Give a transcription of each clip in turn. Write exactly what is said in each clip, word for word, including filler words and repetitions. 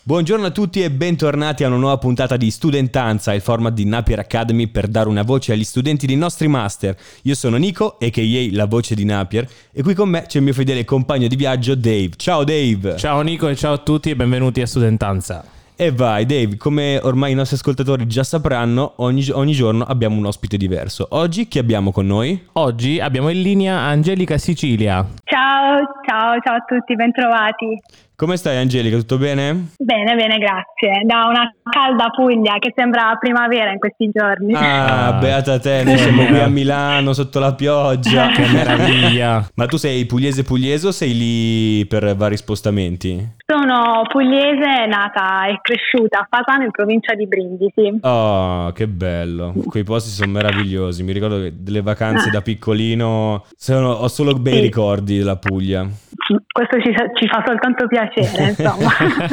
Buongiorno a tutti e bentornati a una nuova puntata di Studentanza, il format di Napier Academy per dare una voce agli studenti dei nostri master. Io sono Nico, a k a la voce di Napier, e qui con me c'è il mio fedele compagno di viaggio Dave. Ciao Dave! Ciao Nico e ciao a tutti e benvenuti a Studentanza. E vai Dave, come ormai i nostri ascoltatori già sapranno, ogni, ogni giorno abbiamo un ospite diverso. Oggi chi abbiamo con noi? Oggi abbiamo in linea Angelica Sicilia. Ciao, ciao, ciao a tutti, bentrovati. Come stai Angelica, tutto bene? Bene, bene, grazie. Da una calda Puglia che sembra primavera in questi giorni. Ah, beata te, noi siamo qui a Milano sotto la pioggia. Che meraviglia. Ma tu sei pugliese pugliese o sei lì per vari spostamenti? Sono pugliese, nata e cresciuta a Fasano in provincia di Brindisi. Oh, che bello. Quei posti sono meravigliosi. Mi ricordo che delle vacanze da piccolino sono, ho solo bei Sì. ricordi della Puglia. Questo ci, ci fa soltanto piacere, insomma.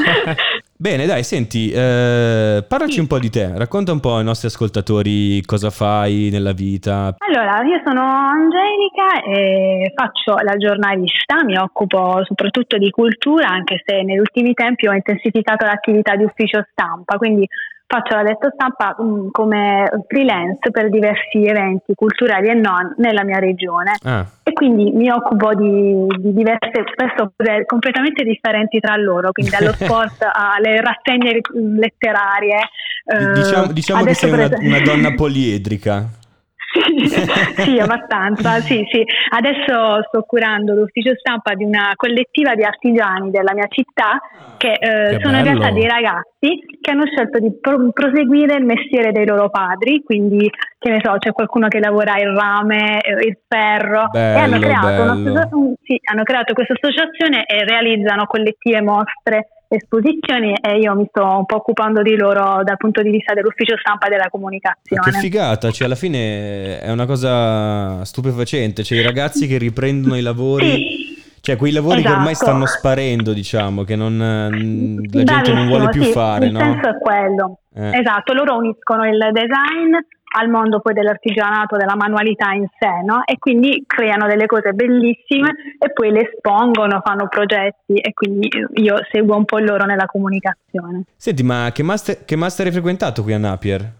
Bene, dai, senti, eh, parlaci un po' di te. Racconta un po' ai nostri ascoltatori cosa fai nella vita. Allora, io sono Angelica e faccio la giornalista, mi occupo soprattutto di cultura, anche se negli ultimi tempi ho intensificato l'attività di ufficio stampa, quindi faccio l'addetto stampa mh, come freelance per diversi eventi culturali e non nella mia regione. Ah. E quindi mi occupo di, di diverse, spesso cose completamente differenti tra loro, quindi dallo sport alle rassegne letterarie. eh, Diciamo, diciamo che adesso sei una, per- una donna poliedrica. Sì, sì, abbastanza, sì, sì. Adesso sto curando l'ufficio stampa di una collettiva di artigiani della mia città che, eh, Che sono in bello. realtà dei ragazzi che hanno scelto di pro- proseguire il mestiere dei loro padri, quindi che ne so, c'è qualcuno che lavora il rame, eh, il ferro, e hanno Bello, creato, una bello. associa- un- sì, hanno creato questa associazione e realizzano collettive, mostre, esposizioni, e io mi sto un po' occupando di loro dal punto di vista dell'ufficio stampa e della Ma comunicazione. che figata, cioè alla fine è una cosa stupefacente, cioè i ragazzi che riprendono i lavori, Sì, cioè quei lavori che ormai esatto. stanno sparendo, diciamo, che non, mm, la gente non vuole Bravissimo, più sì, fare, il no? senso è quello. Eh. Esatto, loro uniscono il design al mondo poi dell'artigianato, della manualità in sé, no? E quindi creano delle cose bellissime e poi le espongono, fanno progetti, e quindi io seguo un po' loro nella comunicazione. Senti, ma che master, che master hai frequentato qui a Napier?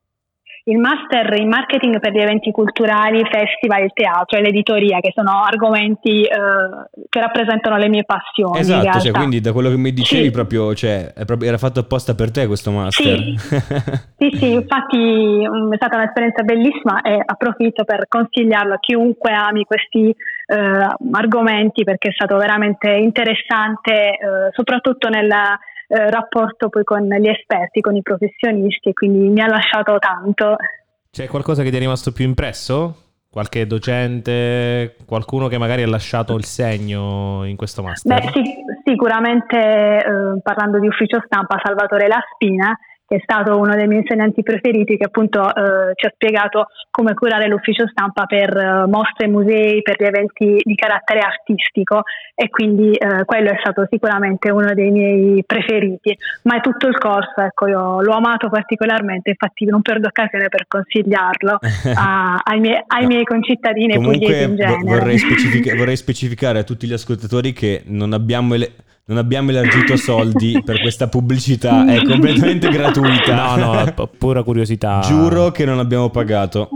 Il master in marketing per gli eventi culturali, festival, il teatro e l'editoria, che sono argomenti eh, che rappresentano le mie passioni. in Esatto, realtà. cioè quindi da quello che mi dicevi Sì. proprio, cioè, è proprio- era fatto apposta per te questo master. Sì, sì, sì, infatti mm, è stata un'esperienza bellissima e approfitto per consigliarlo a chiunque ami questi eh, argomenti, perché è stato veramente interessante, eh, soprattutto nel eh, rapporto poi con gli esperti, con i professionisti, e quindi mi ha lasciato tanto. C'è qualcosa che ti è rimasto più impresso? Qualche docente, qualcuno che magari ha lasciato il segno in questo master? Beh, sì, sicuramente eh, parlando di ufficio stampa, Salvatore Laspina, che è stato uno dei miei insegnanti preferiti, che appunto eh, ci ha spiegato come curare l'ufficio stampa per eh, mostre, musei, per gli eventi di carattere artistico, e quindi eh, quello è stato sicuramente uno dei miei preferiti. Ma è tutto il corso, ecco, io l'ho amato particolarmente, infatti non perdo occasione per consigliarlo a- ai, miei, ai No. miei concittadini e pugliesi Comunque in vo- genere. vorrei, specifica- vorrei specificare a tutti gli ascoltatori che non abbiamo, ele- non abbiamo elargito soldi per questa pubblicità, è completamente gratuita. No, no, p- pura curiosità. Giuro che non abbiamo pagato.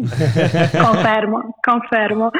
Confermo, confermo.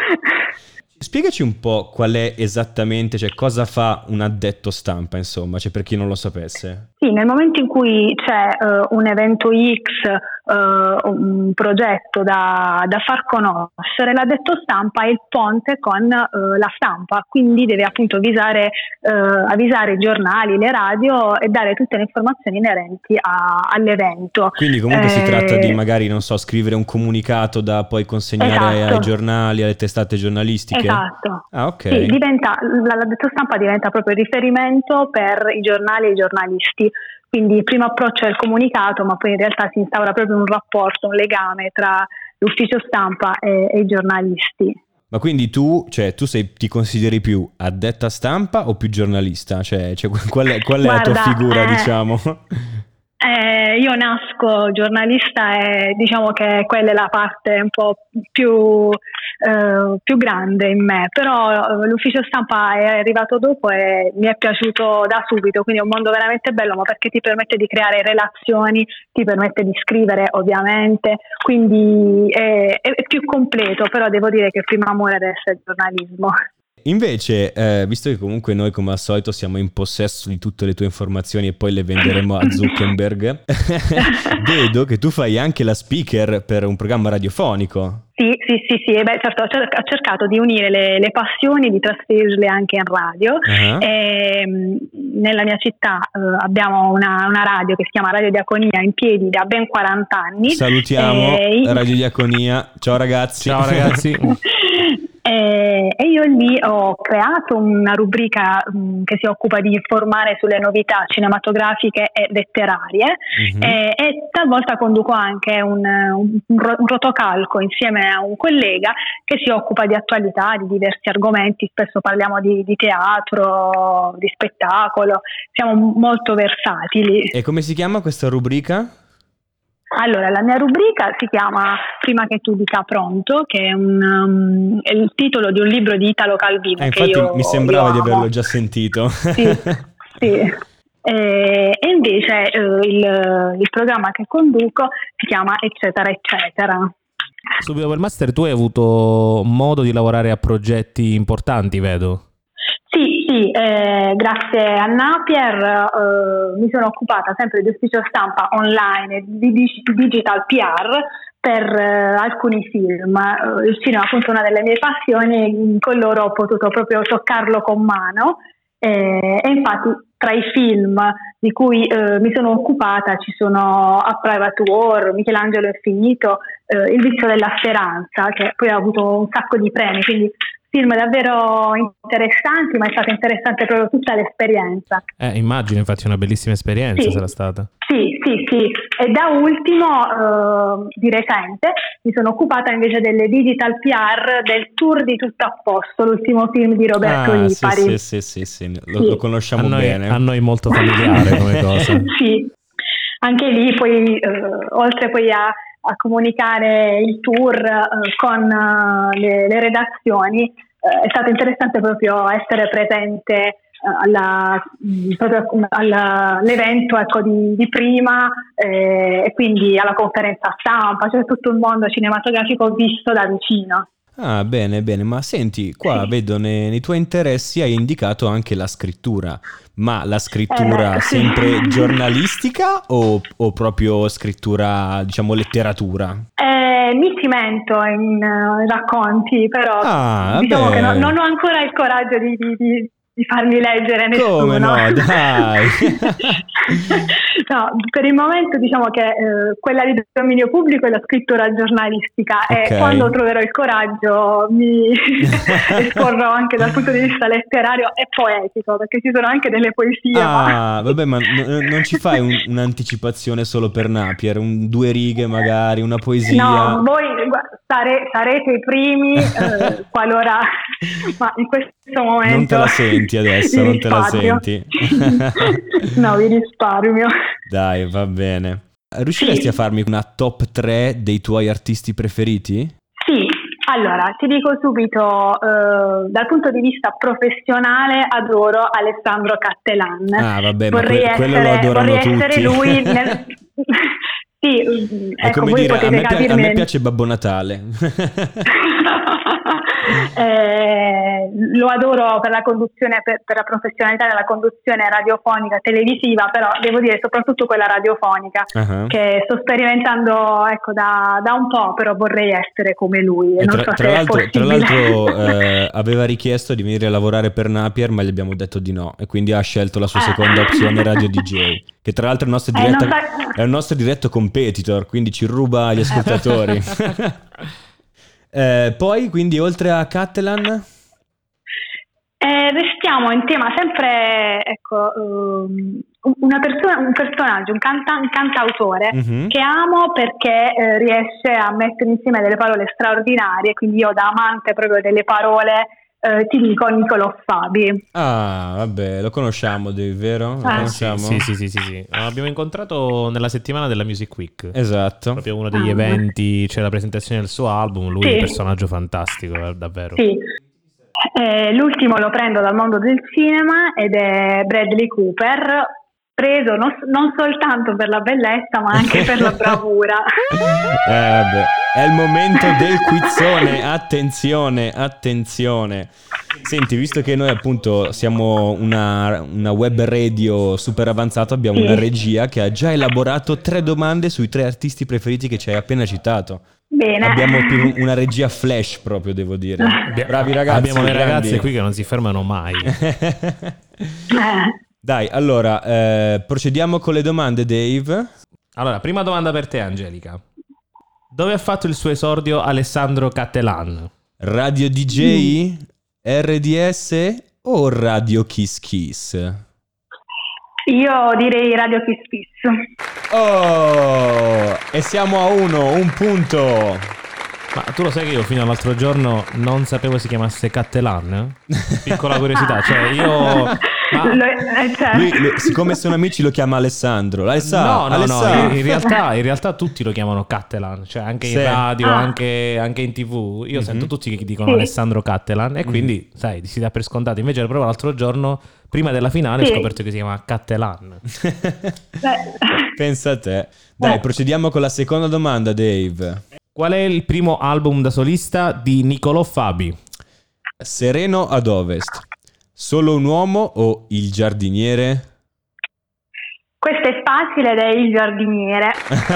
Spiegaci un po' qual è esattamente, cioè cosa fa un addetto stampa, insomma, cioè per chi non lo sapesse. Sì, nel momento in cui c'è eh, un evento X, eh, un progetto da, da far conoscere, l'addetto stampa è il ponte con eh, la stampa, quindi deve appunto avvisare, eh, avvisare i giornali, le radio, e dare tutte le informazioni inerenti a- all'evento. Quindi comunque si Eh, tratta di magari, non so, scrivere un comunicato da poi consegnare Esatto. ai giornali, alle testate giornalistiche. Esatto. Ah, ok. Sì, diventa, l'addetto stampa diventa proprio il riferimento per i giornali e i giornalisti. Quindi il primo approccio è il comunicato, ma poi in realtà si instaura proprio un rapporto, un legame tra l'ufficio stampa e, e i giornalisti. Ma quindi tu, cioè, tu sei, ti consideri più addetta stampa o più giornalista? Cioè, cioè, qual è, qual è la tua Guarda, figura, eh, diciamo? Eh, io nasco giornalista e diciamo che quella è la parte un po' più eh, più grande in me, però eh, l'ufficio stampa è arrivato dopo e mi è piaciuto da subito, quindi è un mondo veramente bello, ma perché ti permette di creare relazioni, ti permette di scrivere ovviamente, quindi è, è, è più completo, però devo dire che il primo amore deve essere il giornalismo. Invece, eh, visto che comunque noi come al solito siamo in possesso di tutte le tue informazioni e poi le venderemo a Zuckerberg, vedo che tu fai anche la speaker per un programma radiofonico. Sì, sì, sì, sì. Beh, certo, ho cercato di unire le, le passioni, di trasferirle anche in radio. Uh-huh. E, nella mia città uh, abbiamo una, una radio che si chiama Radio Diaconia, in piedi da ben quaranta anni. Salutiamo e... Radio Diaconia. Ciao ragazzi. Ciao ragazzi. E, e io lì ho creato una rubrica mh, che si occupa di informare sulle novità cinematografiche e letterarie, uh-huh. e, e talvolta conduco anche un, un, un rotocalco insieme a un collega che si occupa di attualità, di diversi argomenti. Spesso parliamo di, di teatro, di spettacolo, siamo molto versatili. E come si chiama questa rubrica? Allora, la mia rubrica si chiama Prima che tu dica pronto, che è, un, um, è il titolo di un libro di Italo Calvino. Eh, infatti che io, mi sembrava io di amo. averlo già sentito. Sì, sì. E, e invece eh, il, il programma che conduco si chiama Eccetera Eccetera. Subito per Master tu hai avuto modo di lavorare a progetti importanti, vedo. Sì, sì, eh, grazie a Napier eh, mi sono occupata sempre di ufficio stampa online e di digital P R per eh, alcuni film. Eh, il cinema è appunto una delle mie passioni, con loro ho potuto proprio toccarlo con mano eh, e infatti tra i film di cui eh, mi sono occupata ci sono A Private War, Michelangelo è finito, eh, Il vizio della speranza, che poi ha avuto un sacco di premi, quindi film davvero interessanti, ma è stata interessante proprio tutta l'esperienza. Eh, immagino, infatti, una bellissima esperienza sì. sarà stata. Sì, sì, sì. E da ultimo, eh, di recente, mi sono occupata invece delle digital P R del Tour di Tutto a Posto, l'ultimo film di Roberto ah, Lipari. Sì, sì, sì, sì, sì. Lo, sì. lo conosciamo a noi, bene. A noi molto familiare come cosa. Sì, anche lì poi, eh, oltre poi a a comunicare il tour eh, con uh, le, le redazioni, eh, è stato interessante proprio essere presente eh, alla, mh, proprio alla, all'evento ecco, di, di prima eh, e quindi alla conferenza stampa, cioè tutto il mondo cinematografico visto da vicino. Ah, bene, bene, ma senti, qua sì. vedo nei, nei tuoi interessi hai indicato anche la scrittura, ma la scrittura eh, sempre sì. giornalistica o, o proprio scrittura, diciamo, letteratura? Eh, mi cimento in uh, racconti, però ah, diciamo beh. che no, non ho ancora il coraggio di, di, di, di farmi leggere nessuno. Come no, dai! No, per il momento diciamo che eh, quella di dominio pubblico è la scrittura giornalistica okay. e quando troverò il coraggio mi esporrò anche dal punto di vista letterario e poetico, perché ci sono anche delle poesie. Ah, ma... vabbè, ma n- non ci fai un- un'anticipazione solo per Napier, un, due righe magari, una poesia? No, voi sare- sarete i primi eh, qualora, ma in questo momento... Non te la senti adesso, non te la senti. No, vi risparmio. Dai, va bene. Riusciresti sì. a farmi una top tre dei tuoi artisti preferiti? Sì, allora ti dico subito, eh, dal punto di vista professionale adoro Alessandro Cattelan. Ah, vabbè, vorrei ma que- quello essere, lo adorano vorrei tutti. essere lui nel... Sì, è ecco, come voi dire, a me, capirmi... a me piace Babbo Natale. eh, lo adoro per la conduzione, per, per la professionalità nella conduzione radiofonica, televisiva, però devo dire soprattutto quella radiofonica, uh-huh. che sto sperimentando ecco, da, da un po', però vorrei essere come lui. E non tra, so tra, se l'altro, è tra l'altro eh, aveva richiesto di venire a lavorare per Napier, ma gli abbiamo detto di no, e quindi ha scelto la sua eh. seconda opzione, Radio D J, che tra l'altro è il nostro diretto, eh, sa... è il nostro diretto competitor, quindi ci ruba gli ascoltatori. eh, poi, quindi, oltre a Cattelan? Eh, restiamo in tema sempre, ecco, um, una persona, un personaggio, un, canta, un cantautore uh-huh. che amo perché eh, riesce a mettere insieme delle parole straordinarie, quindi io da amante proprio delle parole eh, ti dico Nicolò Fabi. Ah, vabbè, lo conosciamo, Dave, vero? Lo Ah. conosciamo? Sì, sì, sì, sì, sì. L'abbiamo incontrato nella settimana della Music Week. Esatto. Proprio uno degli Ah. eventi, c'è la presentazione del suo album, lui Sì. è un personaggio fantastico, eh, davvero. Sì. Eh, l'ultimo lo prendo dal mondo del cinema ed è Bradley Cooper, preso non, non soltanto per la bellezza ma anche per la bravura. Eh, vabbè. È il momento del quizzone, attenzione, attenzione. Senti, visto che noi appunto siamo una, una web radio super avanzata, abbiamo Sì. una regia che ha già elaborato tre domande sui tre artisti preferiti che ci hai appena citato. Bene. Abbiamo più una regia flash proprio, devo dire. Abbia- Bravi ragazzi. Abbiamo le grandi. ragazze qui che non si fermano mai. Eh, Dai, allora, eh, procediamo con le domande, Dave. Allora, prima domanda per te, Angelica. Dove ha fatto il suo esordio Alessandro Cattelan? Radio D J, R D S o Radio Kiss Kiss? io direi Radio Kiss Kiss. Oh, e siamo a uno, un punto. Ma tu lo sai che io fino all'altro giorno non sapevo si chiamasse Cattelan? Piccola curiosità, cioè io... Ma... Lo- eh, cioè, Lui, lui- siccome sono amici, lo chiama Alessandro. Alessa, No, no, Alessa. no, in, in realtà, in realtà tutti lo chiamano Cattelan, cioè anche in Sì. radio, Ah. anche, anche in tv. Io sento tutti che dicono Sì. Alessandro Cattelan e quindi, sai, si dà per scontato. Invece proprio l'altro giorno, prima della finale, Sì. ho scoperto che si chiama Cattelan. beh, Pensa a te. Dai, Eh. procediamo con la seconda domanda, Dave. Qual è il primo album da solista di Nicolò Fabi? Sereno ad ovest. Solo un uomo o il giardiniere? questo è facile ed è Il giardiniere.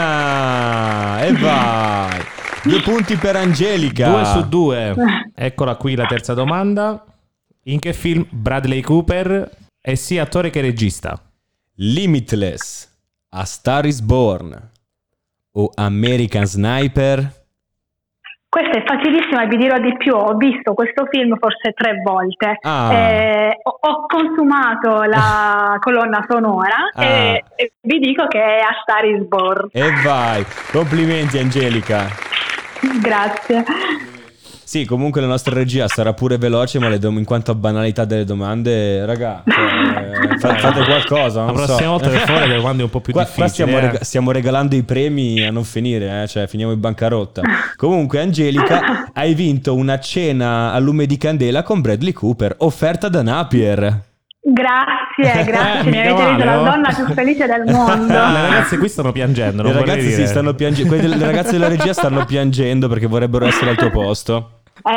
Ah, e vai. Due punti per Angelica. Due su due. Eccola qui la terza domanda. In che film Bradley Cooper è sia attore che regista? Limitless, A Star is Born o American Sniper? Questa è facilissima e vi dirò di più, ho visto questo film forse tre volte, Ah. Eh, ho, ho consumato la colonna sonora Ah. e, e vi dico che è A Star is Born. E vai. Complimenti, Angelica. Grazie. Sì, comunque la nostra regia sarà pure veloce, ma le dom- in quanto a banalità delle domande, raga, cioè, fa- fate qualcosa, La non so. prossima volta per favore le domande un po' più Qua, difficili. qua stiamo, eh. rega- stiamo regalando i premi a non finire, eh? Cioè finiamo in bancarotta. Comunque, Angelica, hai vinto una cena a lume di candela con Bradley Cooper, offerta da Napier. Grazie, grazie, Eh, mi mica avete reso male, la oh. donna più felice del mondo. Le ragazze qui stanno piangendo, non Le vorrei ragazze si dire. stanno piangendo, quelle delle- le ragazze della regia stanno piangendo perché vorrebbero essere al tuo posto.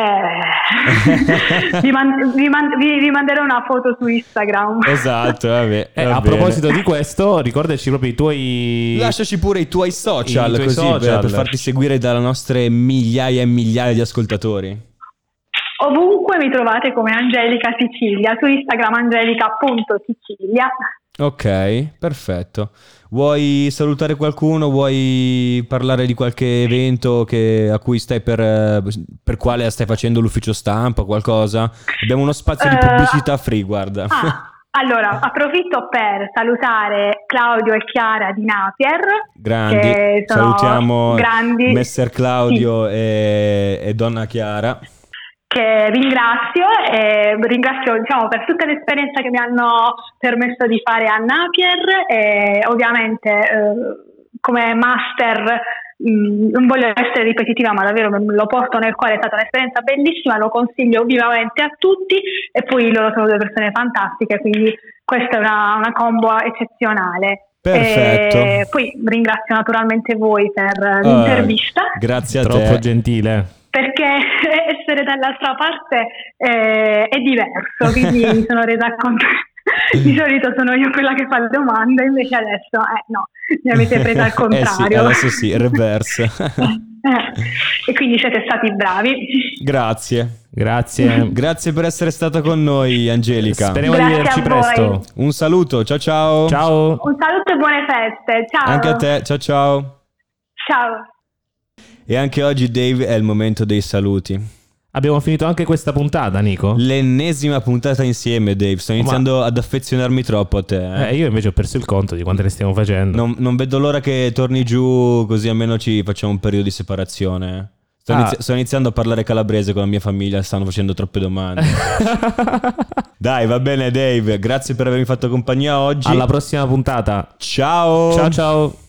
Eh, vi, man- vi man- vi- vi manderò una foto su Instagram. Esatto, vabbè. Eh, va a bene. proposito di questo, ricordaci proprio i tuoi... Lasciaci pure i tuoi social, I tuoi così social. Per, per farti seguire dalle nostre migliaia e migliaia di ascoltatori. Ovunque mi trovate come Angelica Sicilia, su Instagram angelica punto sicilia. Ok, perfetto. Vuoi salutare qualcuno? Vuoi parlare di qualche evento che- a cui stai per, eh, per quale stai facendo l'ufficio stampa, qualcosa? Abbiamo uno spazio di Eh, pubblicità free, guarda. Ah, allora, approfitto per salutare Claudio e Chiara di Napier. Grandi, che sono salutiamo grandi. Messer Claudio e, e Donna Chiara. Che ringrazio e ringrazio diciamo, per tutta l'esperienza che mi hanno permesso di fare a Napier e ovviamente eh, come master mh, non voglio essere ripetitiva ma davvero me lo porto nel cuore, è stata un'esperienza bellissima, lo consiglio vivamente a tutti e poi loro sono due persone fantastiche, quindi questa è una, una combo eccezionale. Perfetto. E poi ringrazio naturalmente voi per Ah, l'intervista grazie a Troppo te. gentile. perché essere dall'altra parte eh, è diverso, quindi mi sono resa conto. Di solito sono io quella che fa le domande, invece adesso eh, no, mi avete preso al Eh sì, contrario. adesso sì, reverse. Eh, e quindi siete stati bravi. Grazie. Grazie. Grazie per essere stata con noi, Angelica. Speriamo Grazie di vederci a voi. presto. Un saluto, ciao ciao. Ciao. Un saluto e buone feste. Ciao. Anche a te, ciao ciao. Ciao. E anche oggi, Dave, è il momento dei saluti. Abbiamo finito anche questa puntata, Nico? L'ennesima puntata insieme, Dave. Sto iniziando ad affezionarmi troppo a te. eh. Eh, io invece ho perso il conto di quante ne stiamo facendo. Non, non vedo l'ora che torni giù, così almeno ci facciamo un periodo di separazione. Sto, Ah. inizi- sto iniziando a parlare calabrese con la mia famiglia, stanno facendo troppe domande. Dai, va bene Dave, grazie per avermi fatto compagnia oggi. Alla prossima puntata. Ciao. Ciao ciao.